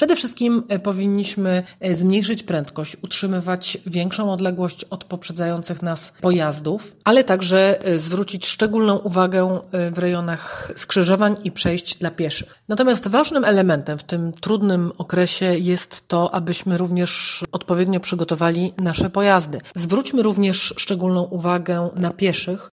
Przede wszystkim powinniśmy zmniejszyć prędkość, utrzymywać większą odległość od poprzedzających nas pojazdów, ale także zwrócić szczególną uwagę w rejonach skrzyżowań i przejść dla pieszych. Natomiast ważnym elementem w tym trudnym okresie jest to, abyśmy również odpowiednio przygotowali nasze pojazdy. Zwróćmy również szczególną uwagę na pieszych,